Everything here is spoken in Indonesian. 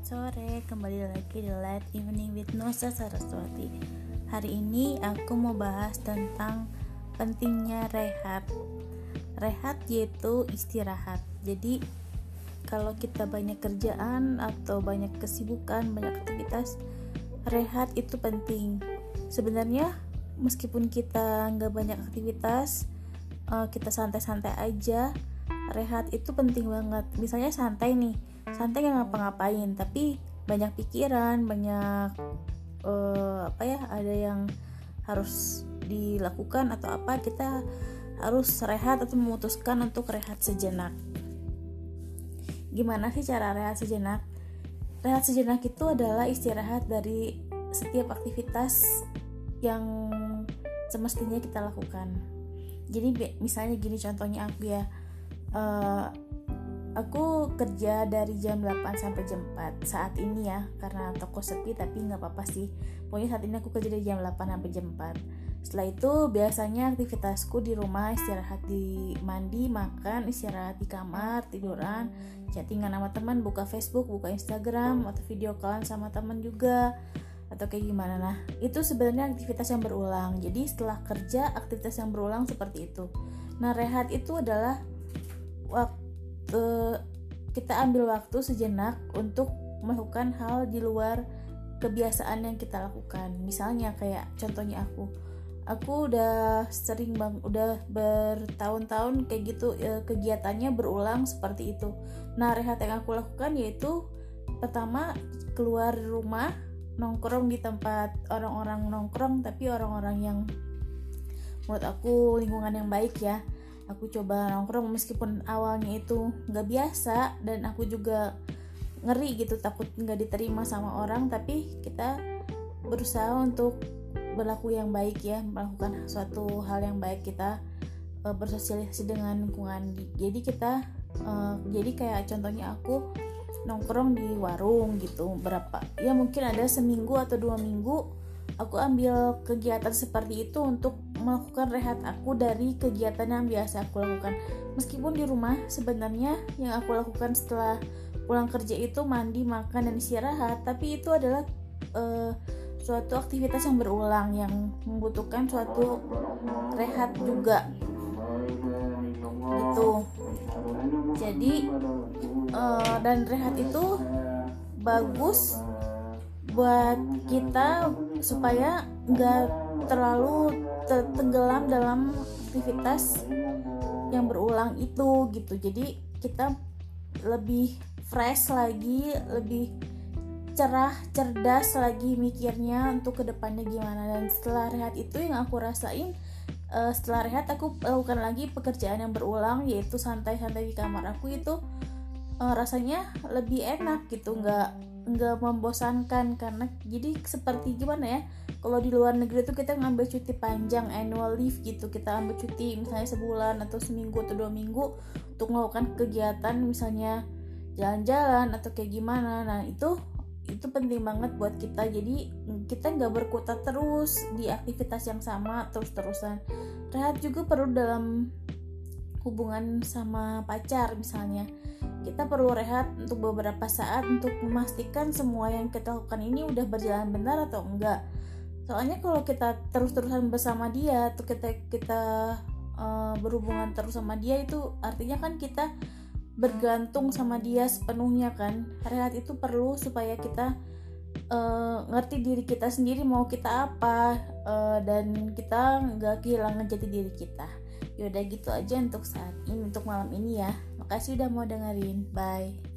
sore, kembali lagi di Late Evening with Nusa Saraswati. Hari ini aku mau bahas tentang pentingnya rehat. Rehat yaitu istirahat. Jadi kalau kita banyak kerjaan atau banyak kesibukan, banyak aktivitas, rehat itu penting. Sebenarnya meskipun kita nggak banyak aktivitas, kita santai-santai aja, rehat itu penting banget. Misalnya santai nggak ngapa-ngapain, tapi banyak pikiran, banyak ada yang harus dilakukan atau apa, kita harus rehat atau memutuskan untuk rehat sejenak. Gimana sih cara rehat sejenak? Rehat sejenak itu adalah istirahat dari setiap aktivitas yang semestinya kita lakukan. Jadi misalnya gini contohnya aku ya, aku kerja dari jam 8 sampai jam 4 saat ini ya, karena toko sepi, tapi gak apa-apa sih. Pokoknya saat ini aku kerja dari jam 8 sampai jam 4. Setelah itu biasanya aktivitasku di rumah, istirahat di mandi, makan, istirahat di kamar, tiduran, chattingan sama teman, buka Facebook, buka Instagram, atau video callan sama teman juga, atau kayak gimana. Nah, itu sebenarnya aktivitas yang berulang. Jadi setelah kerja, aktivitas yang berulang seperti itu. Nah, rehat itu adalah kita ambil waktu sejenak untuk melakukan hal di luar kebiasaan yang kita lakukan. Misalnya kayak contohnya aku udah udah bertahun-tahun kayak gitu, kegiatannya berulang seperti itu. Nah, rehat yang aku lakukan yaitu pertama keluar rumah, nongkrong di tempat orang-orang nongkrong, tapi orang-orang yang menurut aku lingkungan yang baik ya. Aku coba nongkrong meskipun awalnya itu gak biasa, dan aku juga ngeri gitu, takut gak diterima sama orang, tapi kita berusaha untuk berlaku yang baik ya, melakukan suatu hal yang baik, kita bersosialisasi dengan lingkungan. Jadi kita jadi kayak contohnya aku nongkrong di warung gitu, mungkin ada seminggu atau 2 minggu aku ambil kegiatan seperti itu untuk melakukan rehat aku dari kegiatan yang biasa aku lakukan. Meskipun di rumah sebenarnya yang aku lakukan setelah pulang kerja itu mandi, makan, dan istirahat, tapi itu adalah suatu aktivitas yang berulang yang membutuhkan suatu rehat juga gitu. Jadi dan rehat itu bagus buat kita supaya nggak terlalu tenggelam dalam aktivitas yang berulang itu gitu. Jadi kita lebih fresh lagi, lebih cerdas lagi mikirnya untuk kedepannya gimana. Dan setelah rehat itu yang aku rasain, setelah rehat aku lakukan lagi pekerjaan yang berulang, yaitu santai-santai di kamar aku. Itu rasanya lebih enak gitu, nggak membosankan. Karena jadi seperti gimana ya, kalau di luar negeri tuh kita ngambil cuti panjang, annual leave gitu, kita ambil cuti misalnya sebulan atau seminggu atau 2 minggu untuk melakukan kegiatan, misalnya jalan-jalan atau kayak gimana. Nah, itu penting banget buat kita. Jadi kita nggak berkutat terus di aktivitas yang sama terus-terusan. Rehat juga perlu dalam hubungan sama pacar. Misalnya kita perlu rehat untuk beberapa saat untuk memastikan semua yang kita lakukan ini udah berjalan benar atau enggak. Soalnya kalau kita terus-terusan bersama dia atau kita berhubungan terus sama dia, itu artinya kan kita bergantung sama dia sepenuhnya kan. Rehat itu perlu supaya kita ngerti diri kita sendiri mau kita apa, dan kita nggak kehilangan jati diri kita. Yaudah gitu aja untuk saat ini, untuk malam ini ya. Makasih udah mau dengerin. Bye.